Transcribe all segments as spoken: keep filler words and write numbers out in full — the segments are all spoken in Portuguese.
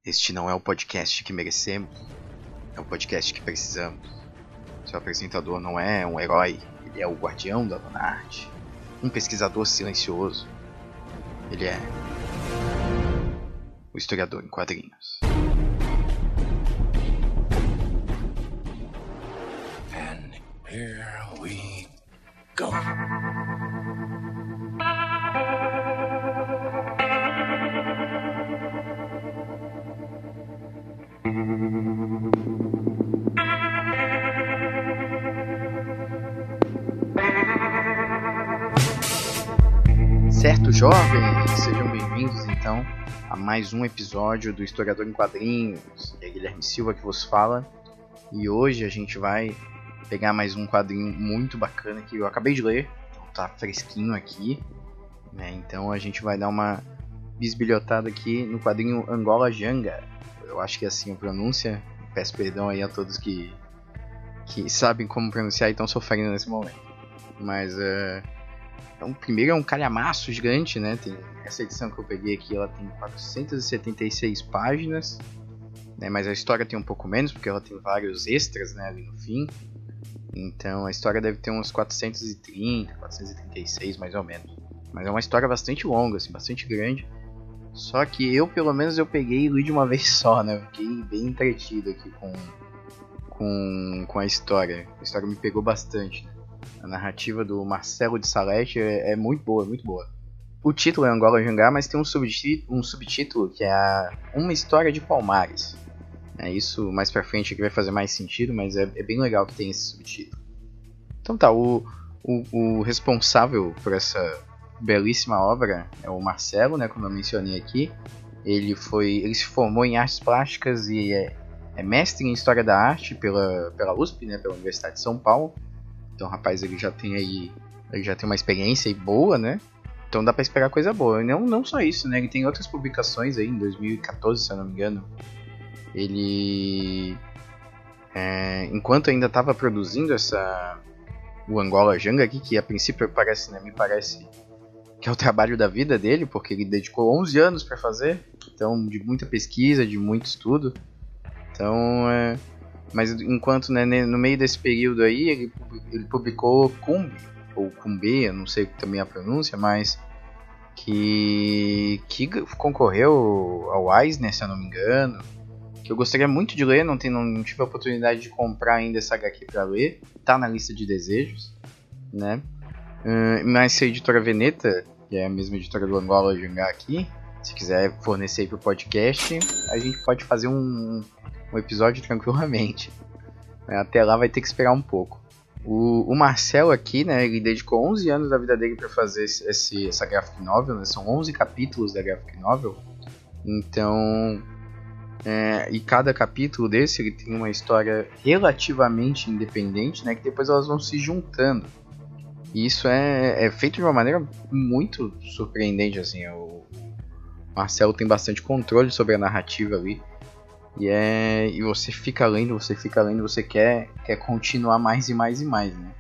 Este não é o podcast que merecemos, é o podcast que precisamos. Seu apresentador não é um herói, ele é o guardião da nona arte, um pesquisador silencioso. Ele é o historiador em quadrinhos. And here we go. Certo, jovens? Sejam bem-vindos então a mais um episódio do Historiador em Quadrinhos. É Guilherme Silva que vos fala, e hoje a gente vai pegar mais um quadrinho muito bacana que eu acabei de ler, então tá fresquinho aqui, né? Então a gente vai dar uma bisbilhotada aqui no quadrinho Angola Janga. Eu acho que é assim a pronúncia, peço perdão aí a todos que, que sabem como pronunciar e estão sofrendo nesse momento. Mas uh, então, primeiro é um calhamaço gigante, né? Tem, essa edição que eu peguei aqui, ela tem quatrocentas e setenta e seis páginas, né? Mas a história tem um pouco menos, porque ela tem vários extras, né, ali no fim. Então a história deve ter uns quatrocentos e trinta, quatrocentos e trinta e seis mais ou menos. Mas é uma história bastante longa, assim, bastante grande. Só que eu, pelo menos, eu peguei e li de uma vez só, né? Eu fiquei bem entretido aqui com, com, com a história. A história me pegou bastante, né? A narrativa do Marcelo de Salete é, é muito boa, muito boa. O título é Angola Janga, mas tem um subtítulo, um subtítulo que é a Uma História de Palmares. É isso mais pra frente que vai fazer mais sentido, mas é, é bem legal que tem esse subtítulo. Então tá, o, o, o responsável por essa belíssima obra é o Marcelo, né, como eu mencionei aqui. Ele, foi, ele se formou em artes plásticas e é, é mestre em História da Arte pela, pela U S P, né, pela Universidade de São Paulo. Então o rapaz ele já tem aí, ele já tem uma experiência aí boa, né? Então dá pra esperar coisa boa. E não, não só isso, né? Ele tem outras publicações aí, em dois mil e quatorze, se eu não me engano. Ele, é, enquanto ainda estava produzindo essa, o Angola Janga aqui, que a princípio parece, né, me parece que é o trabalho da vida dele, porque ele dedicou onze anos para fazer. Então, de muita pesquisa, de muito estudo. Então, é... Mas enquanto, né, no meio desse período aí, ele, ele publicou Cumbi, ou Cumbi, eu não sei também a pronúncia, mas que, que concorreu ao Eisner, se eu não me engano, que eu gostaria muito de ler, não, tem, não tive a oportunidade de comprar ainda essa agá quê para ler, tá na lista de desejos, né? Uh, mas se a editora Veneta, que é a mesma editora do Angola Janga aqui, se quiser fornecer aí pro podcast, a gente pode fazer um... um episódio tranquilamente. Até lá vai ter que esperar um pouco. O, o Marcelo aqui, né, ele dedicou onze anos da vida dele para fazer esse, esse, essa graphic novel, né, são onze capítulos da graphic novel. Então, é, e cada capítulo desse ele tem uma história relativamente independente, né, que depois elas vão se juntando. E isso é, é feito de uma maneira muito surpreendente, assim. O Marcelo tem bastante controle sobre a narrativa ali. E, é, e você fica lendo, você fica lendo, você quer, quer continuar mais e mais e mais, né?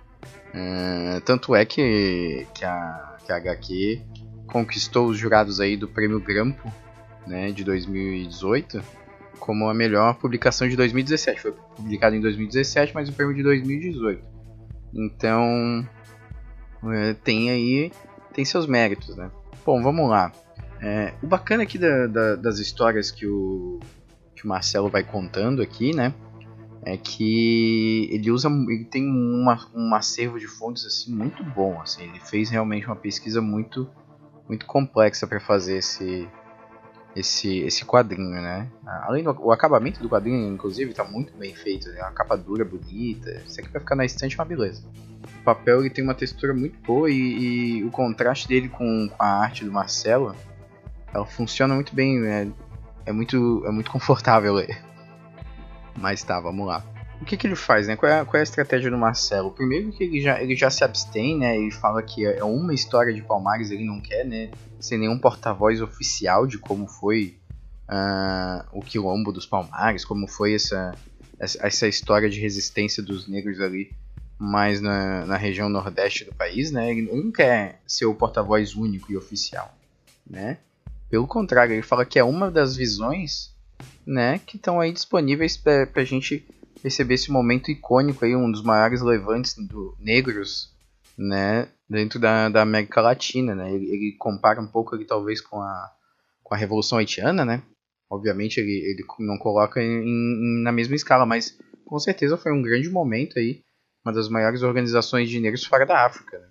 Uh, tanto é que, que, a, que a agá quê conquistou os jurados aí do Prêmio Grampo, né, de dois mil e dezoito como a melhor publicação de dois mil e dezessete. Foi publicado em dois mil e dezessete, mas o prêmio de dois mil e dezoito. Então, é, tem aí, tem seus méritos, né? Bom, vamos lá. É, o bacana aqui da, da, das histórias que o que o Marcelo vai contando aqui, né, é que ele usa, ele tem uma, um acervo de fontes assim muito bom, assim, ele fez realmente uma pesquisa muito, muito complexa para fazer esse, esse, esse quadrinho, né. Além do o acabamento do quadrinho, inclusive, está muito bem feito, né, uma capa dura, bonita, isso aqui vai ficar na estante é uma beleza. O papel ele tem uma textura muito boa e, e o contraste dele com, com a arte do Marcelo, ela funciona muito bem, né. É muito, é muito confortável ler. Mas tá, vamos lá. O que, que ele faz, né? Qual é, qual é a estratégia do Marcelo? Primeiro que ele já, ele já se abstém, né? Ele fala que é uma história de Palmares, ele não quer, né, ser nenhum porta-voz oficial de como foi uh, o quilombo dos Palmares, como foi essa, essa, essa história de resistência dos negros ali, mais na, na região nordeste do país, né? Ele não quer ser o porta-voz único e oficial, né? Pelo contrário, ele fala que é uma das visões né, que estão aí disponíveis para a gente receber esse momento icônico aí, um dos maiores levantes do negros, né, dentro da, da América Latina, né. Ele, ele compara um pouco ali, talvez com a, com a Revolução Haitiana, né. Obviamente ele, ele não coloca em, em, na mesma escala, mas com certeza foi um grande momento aí, uma das maiores organizações de negros fora da África, né?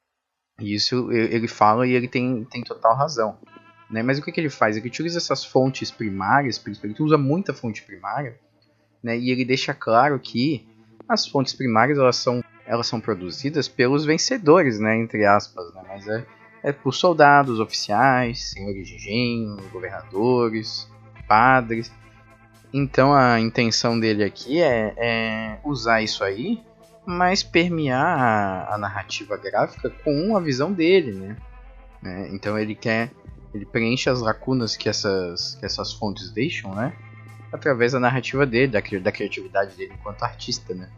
E isso ele fala e ele tem, tem total razão. Né? Mas o que, que ele faz? Ele utiliza essas fontes primárias, principalmente, ele usa muita fonte primária, né? E ele deixa claro que as fontes primárias elas são, elas são produzidas pelos vencedores, né? Entre aspas, né? Mas é, é por soldados, oficiais, senhores de engenho, governadores, padres. Então a intenção dele aqui é, é usar isso aí, mas permear a, a narrativa gráfica com a visão dele, né? É, então ele quer, ele preenche as lacunas que essas, que essas fontes deixam, né? Através da narrativa dele, da, da criatividade dele enquanto artista, né?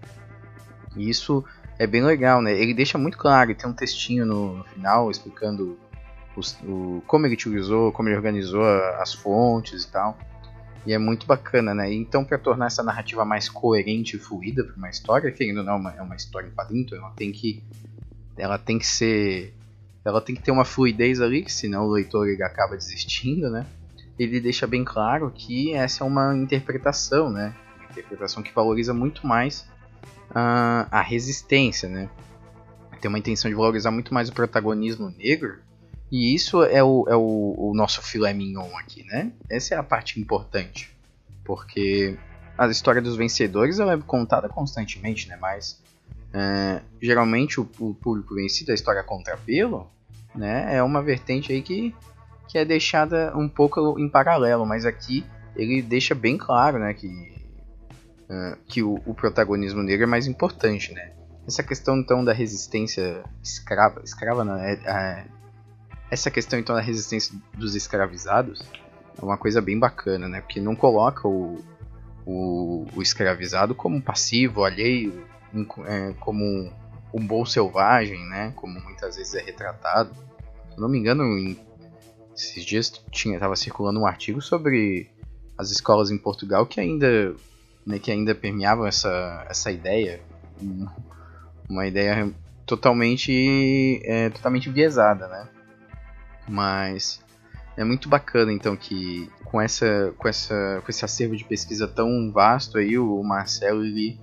E isso é bem legal, né? Ele deixa muito claro, tem um textinho no, no final explicando os, o, como ele utilizou, como ele organizou as fontes e tal. E é muito bacana, né? Então, para tornar essa narrativa mais coerente e fluida para uma história, querendo ou não, é uma, é uma história em quadrinho, ela tem que, ela tem que ser, ela tem que ter uma fluidez ali, que senão o leitor ele acaba desistindo, né? Ele deixa bem claro que essa é uma interpretação, né? Uma interpretação que valoriza muito mais uh, a resistência, né? Tem uma intenção de valorizar muito mais o protagonismo negro. E isso é o, é o, o nosso filé mignon aqui, né? Essa é a parte importante. Porque a história dos vencedores ela é contada constantemente, né? Mas é, geralmente o, o público vencido, a história contrapelo, né? É uma vertente aí que, que é deixada um pouco em paralelo. Mas aqui ele deixa bem claro, né? Que, é, que o, o protagonismo negro é mais importante, né? Essa questão então da resistência escrava, escrava não, é, é essa questão então da resistência dos escravizados é uma coisa bem bacana, né? Porque não coloca o, o, o escravizado como passivo, alheio, é, como um, um bom selvagem, né? Como muitas vezes é retratado. Se eu não me engano, em, esses dias tinha estava circulando um artigo sobre as escolas em Portugal que ainda, né, que ainda permeavam essa, essa ideia, uma ideia totalmente, é, totalmente enviesada, né? Mas é muito bacana então que com essa com essa com esse acervo de pesquisa tão vasto aí o Marcelo ele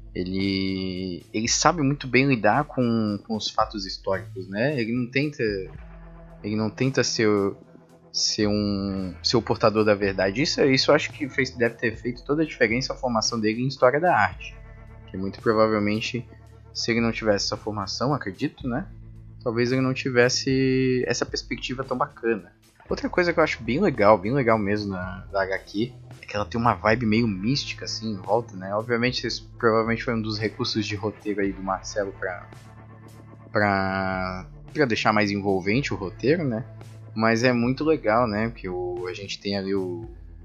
ele, ele sabe muito bem lidar com, com os fatos históricos, né? Ele não tenta ele não tenta ser ser um ser o portador da verdade. Isso isso eu acho que fez, deve ter feito toda a diferença a formação dele em história da arte, que muito provavelmente se ele não tivesse essa formação, acredito, né? Talvez ele não tivesse essa perspectiva tão bacana. Outra coisa que eu acho bem legal, bem legal mesmo na, da agá quê, é que ela tem uma vibe meio mística assim em volta, né? Obviamente isso provavelmente foi um dos recursos de roteiro aí do Marcelo pra, pra, pra deixar mais envolvente o roteiro, né? Mas é muito legal, né? Porque o, a gente tem ali o,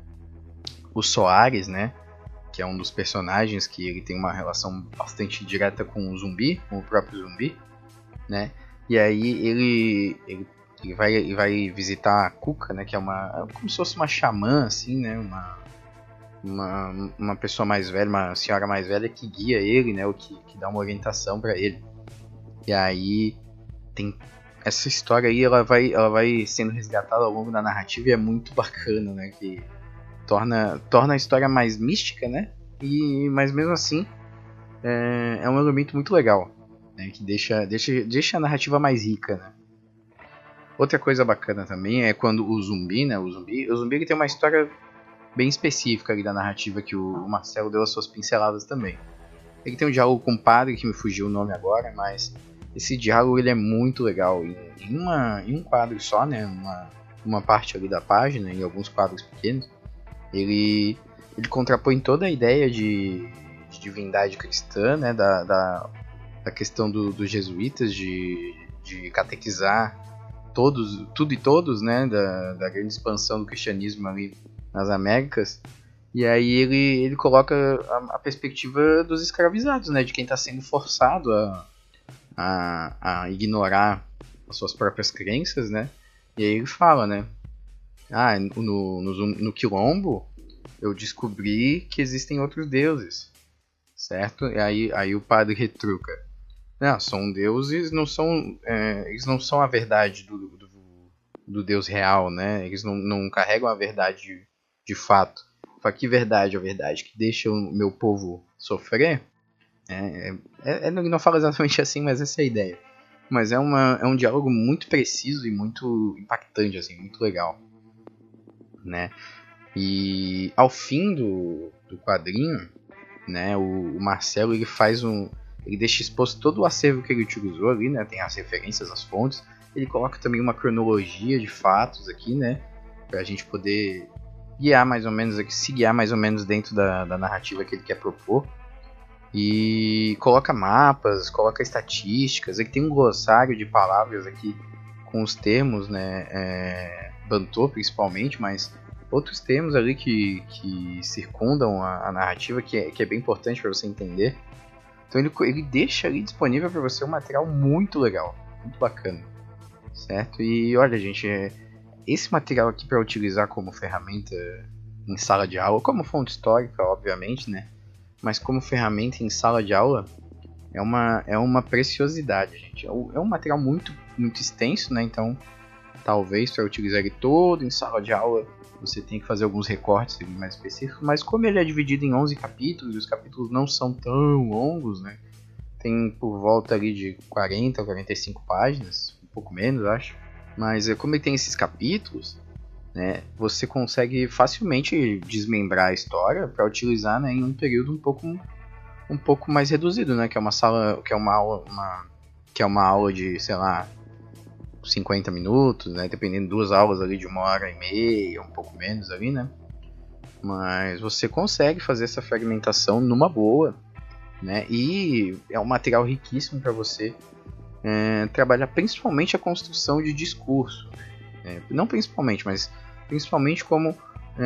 o Soares, né? Que é um dos personagens que ele tem uma relação bastante direta com o zumbi, com o próprio zumbi, né? E aí ele, ele, ele, vai, ele vai visitar a Cuca, né? Que é uma como se fosse uma xamã, assim, né? Uma, uma, uma pessoa mais velha, uma senhora mais velha que guia ele, né? Ou que, que dá uma orientação para ele. E aí tem essa história aí, ela vai, ela vai sendo resgatada ao longo da narrativa e é muito bacana, né? Que torna, torna a história mais mística, né? E, mas mesmo assim é, é um elemento muito legal. Né, que deixa, deixa, deixa a narrativa mais rica, né? Outra coisa bacana também é quando o zumbi, né? O zumbi, o zumbi ele tem uma história bem específica ali da narrativa que o Marcelo deu as suas pinceladas também. Ele tem um diálogo com o padre, que me fugiu o nome agora, mas esse diálogo ele é muito legal. Em, em, uma, em um quadro só, né? Uma, uma parte ali da página, em alguns quadros pequenos, ele, ele contrapõe toda a ideia de, de divindade cristã, né? Da, da a questão do, dos jesuítas de, de catequizar todos, tudo e todos, né, da, da grande expansão do cristianismo ali nas Américas, e aí ele, ele coloca a, a perspectiva dos escravizados, né, de quem está sendo forçado a, a, a ignorar as suas próprias crenças, né, e aí ele fala, né, ah, no, no, no quilombo eu descobri que existem outros deuses, certo? E aí, aí o padre retruca. Não, são deuses, não são, é, eles não são a verdade do, do, do Deus real, né? Eles não, não carregam a verdade de, de fato. Fala, que verdade é a verdade? Que deixa o meu povo sofrer? É, é, é, não fala exatamente assim, mas essa é a ideia. Mas é, uma, é um diálogo muito preciso e muito impactante, assim, muito legal, né? E ao fim do, do quadrinho, né, o, o Marcelo ele faz um, ele deixa exposto todo o acervo que ele utilizou ali, né? Tem as referências, as fontes. Ele coloca também uma cronologia de fatos aqui, né? Pra gente poder guiar mais ou menos, se guiar mais ou menos dentro da, da narrativa que ele quer propor. E coloca mapas, coloca estatísticas. Ele tem um glossário de palavras aqui com os termos, né? É, Bantô principalmente, mas outros termos ali que, que circundam a, a narrativa, que é, que é bem importante para você entender. Então ele, ele deixa ali disponível para você um material muito legal, muito bacana, certo? E olha, gente, esse material aqui para utilizar como ferramenta em sala de aula, como fonte histórica, obviamente, né? Mas como ferramenta em sala de aula, é uma, é uma preciosidade, gente. É um material muito, muito extenso, né? Então, talvez para utilizar ele todo em sala de aula, você tem que fazer alguns recortes mais específicos. Mas como ele é dividido em onze capítulos, e os capítulos não são tão longos, né? Tem por volta ali de quarenta ou quarenta e cinco páginas, um pouco menos, acho. Mas como ele tem esses capítulos, né, você consegue facilmente desmembrar a história para utilizar, né, em um período um pouco, um pouco mais reduzido, né, que é uma sala, que é uma aula, uma, que é uma aula de, sei lá, cinquenta minutos, né, dependendo de duas aulas ali de uma hora e meia, um pouco menos ali, né. Mas você consegue fazer essa fragmentação numa boa, né, e é um material riquíssimo para você é, trabalhar principalmente a construção de discurso. É, não principalmente, mas principalmente como,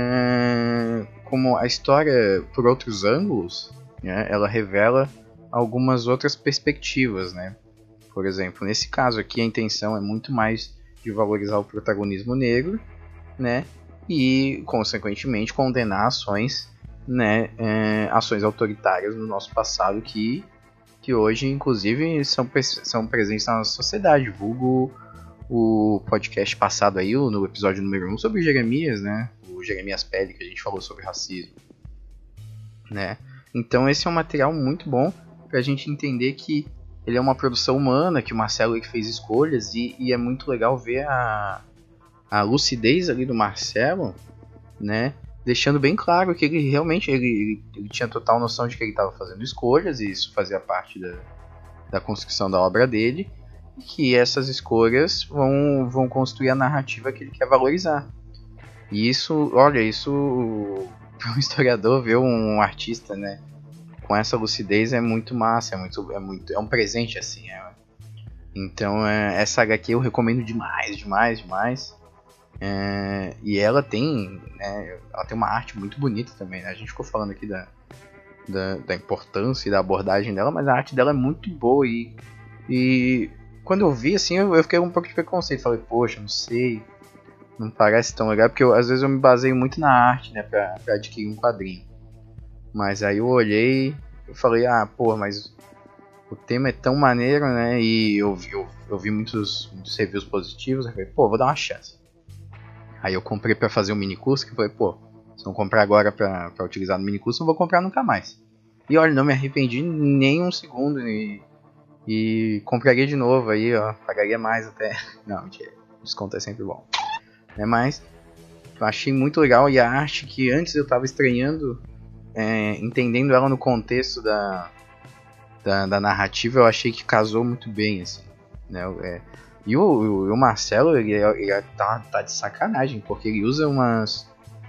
é, como a história por outros ângulos, né, ela revela algumas outras perspectivas, né? Por exemplo, nesse caso aqui a intenção é muito mais de valorizar o protagonismo negro, né? E consequentemente condenar ações, né, é, ações autoritárias no nosso passado que, que hoje inclusive são, são presentes na nossa sociedade, vulgo o podcast passado aí, no episódio número um, sobre Jeremias, né? O Jeremias Pele, que a gente falou sobre racismo, né? Então esse é um material muito bom pra gente entender que ele é uma produção humana, que o Marcelo ele fez escolhas, e, e é muito legal ver a, a lucidez ali do Marcelo, né? Deixando bem claro que ele realmente ele, ele, ele tinha total noção de que ele estava fazendo escolhas, e isso fazia parte da, da construção da obra dele, que essas escolhas vão, vão construir a narrativa que ele quer valorizar. E isso, olha, isso para um historiador ver um artista, né, com essa lucidez é muito massa, é muito, é muito, é um presente assim. É. Então é, essa agá quê eu recomendo demais, demais, demais. É, e ela tem, né, ela tem uma arte muito bonita também. Né? A gente ficou falando aqui da, da, da importância e da abordagem dela, mas a arte dela é muito boa e, e quando eu vi, assim, eu, eu fiquei um pouco de preconceito. Falei, poxa, não sei, não parece tão legal. Porque eu, às vezes eu me baseio muito na arte, né, pra, pra adquirir um quadrinho. Mas aí eu olhei, eu falei, ah, porra, mas o tema é tão maneiro, né, e eu, eu, eu vi muitos, muitos reviews positivos. Eu falei, pô, vou dar uma chance. Aí eu comprei pra fazer um mini curso, que eu falei, pô, se não comprar agora pra, pra utilizar no mini curso, não vou comprar nunca mais. E olha, não me arrependi nem um segundo, e... E compraria de novo aí, ó. Pagaria mais até. Não, mentira. Desconto é sempre bom. Né, mas eu achei muito legal. E a arte que antes eu tava estranhando, é, entendendo ela no contexto da, da, da narrativa, eu achei que casou muito bem, assim. Né, é, e o, o, o Marcelo, ele, ele tá, tá de sacanagem, porque ele usa umas...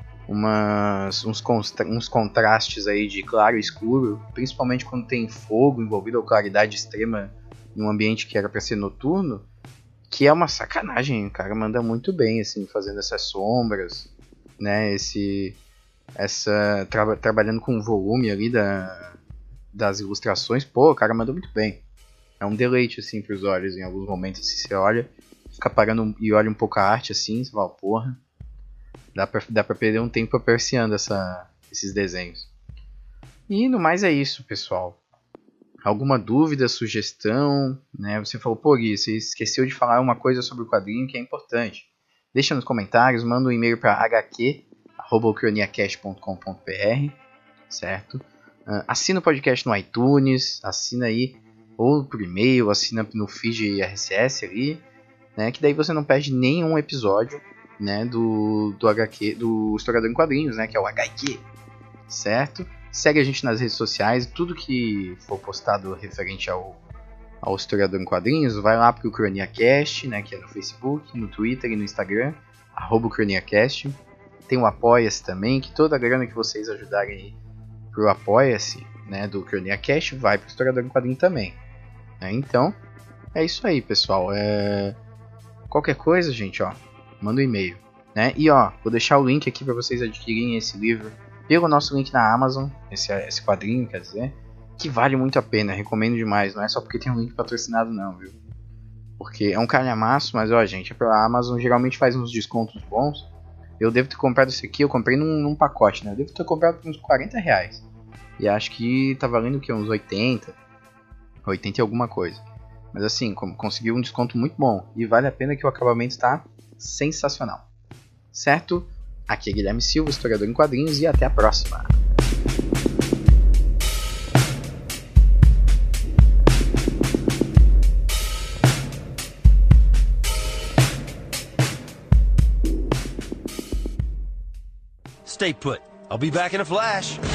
Umas, uns, contra, uns contrastes aí de claro e escuro, principalmente quando tem fogo envolvido ou claridade extrema num ambiente que era para ser noturno, que é uma sacanagem, o cara manda muito bem, assim, fazendo essas sombras, né, esse, essa, tra, trabalhando com o volume ali da, das ilustrações, pô, o cara manda muito bem, é um deleite, assim, pros olhos, em alguns momentos, assim, você olha, fica parando e olha um pouco a arte, assim, você fala, porra, Dá pra, dá pra perder um tempo apreciando essa, esses desenhos. E no mais é isso, pessoal. Alguma dúvida, sugestão, né? Você falou, pô Gui, você esqueceu de falar uma coisa sobre o quadrinho que é importante. Deixa nos comentários, manda um e-mail para h q arroba ucraniacast ponto com ponto b r, certo? Uh, assina o podcast no iTunes, assina aí, ou por e-mail, assina no feed R S S ali, né? Que daí você não perde nenhum episódio, né? Do, do H Q, do Historiador em Quadrinhos, né? Que é o H Q, certo? Segue a gente nas redes sociais, tudo que for postado referente ao, ao Historiador em Quadrinhos, vai lá pro UcraniaCast, né, que é no Facebook, no Twitter e no Instagram, arroba UcraniaCast. Tem o Apoia-se também, que toda a grana que vocês ajudarem pro Apoia-se, né, do UcraniaCast, vai pro Historiador em Quadrinhos também. É, então, é isso aí, pessoal. É... Qualquer coisa, gente, ó, manda um e-mail. Né? E ó, vou deixar o link aqui para vocês adquirirem esse livro pelo nosso link na Amazon, esse, esse quadrinho, quer dizer, que vale muito a pena, recomendo demais, não é só porque tem um link patrocinado não, viu? Porque é um calhamaço, mas ó, gente, a Amazon geralmente faz uns descontos bons. Eu devo ter comprado esse aqui, eu comprei num, num pacote, né? Eu devo ter comprado por uns quarenta reais. E acho que tá valendo o que? Uns oitenta, oitenta e alguma coisa. Mas assim, consegui um desconto muito bom, e vale a pena que o acabamento está sensacional. Certo? Aqui é Guilherme Silva, historiador em quadrinhos, e até a próxima! Stay put. I'll be back in a flash.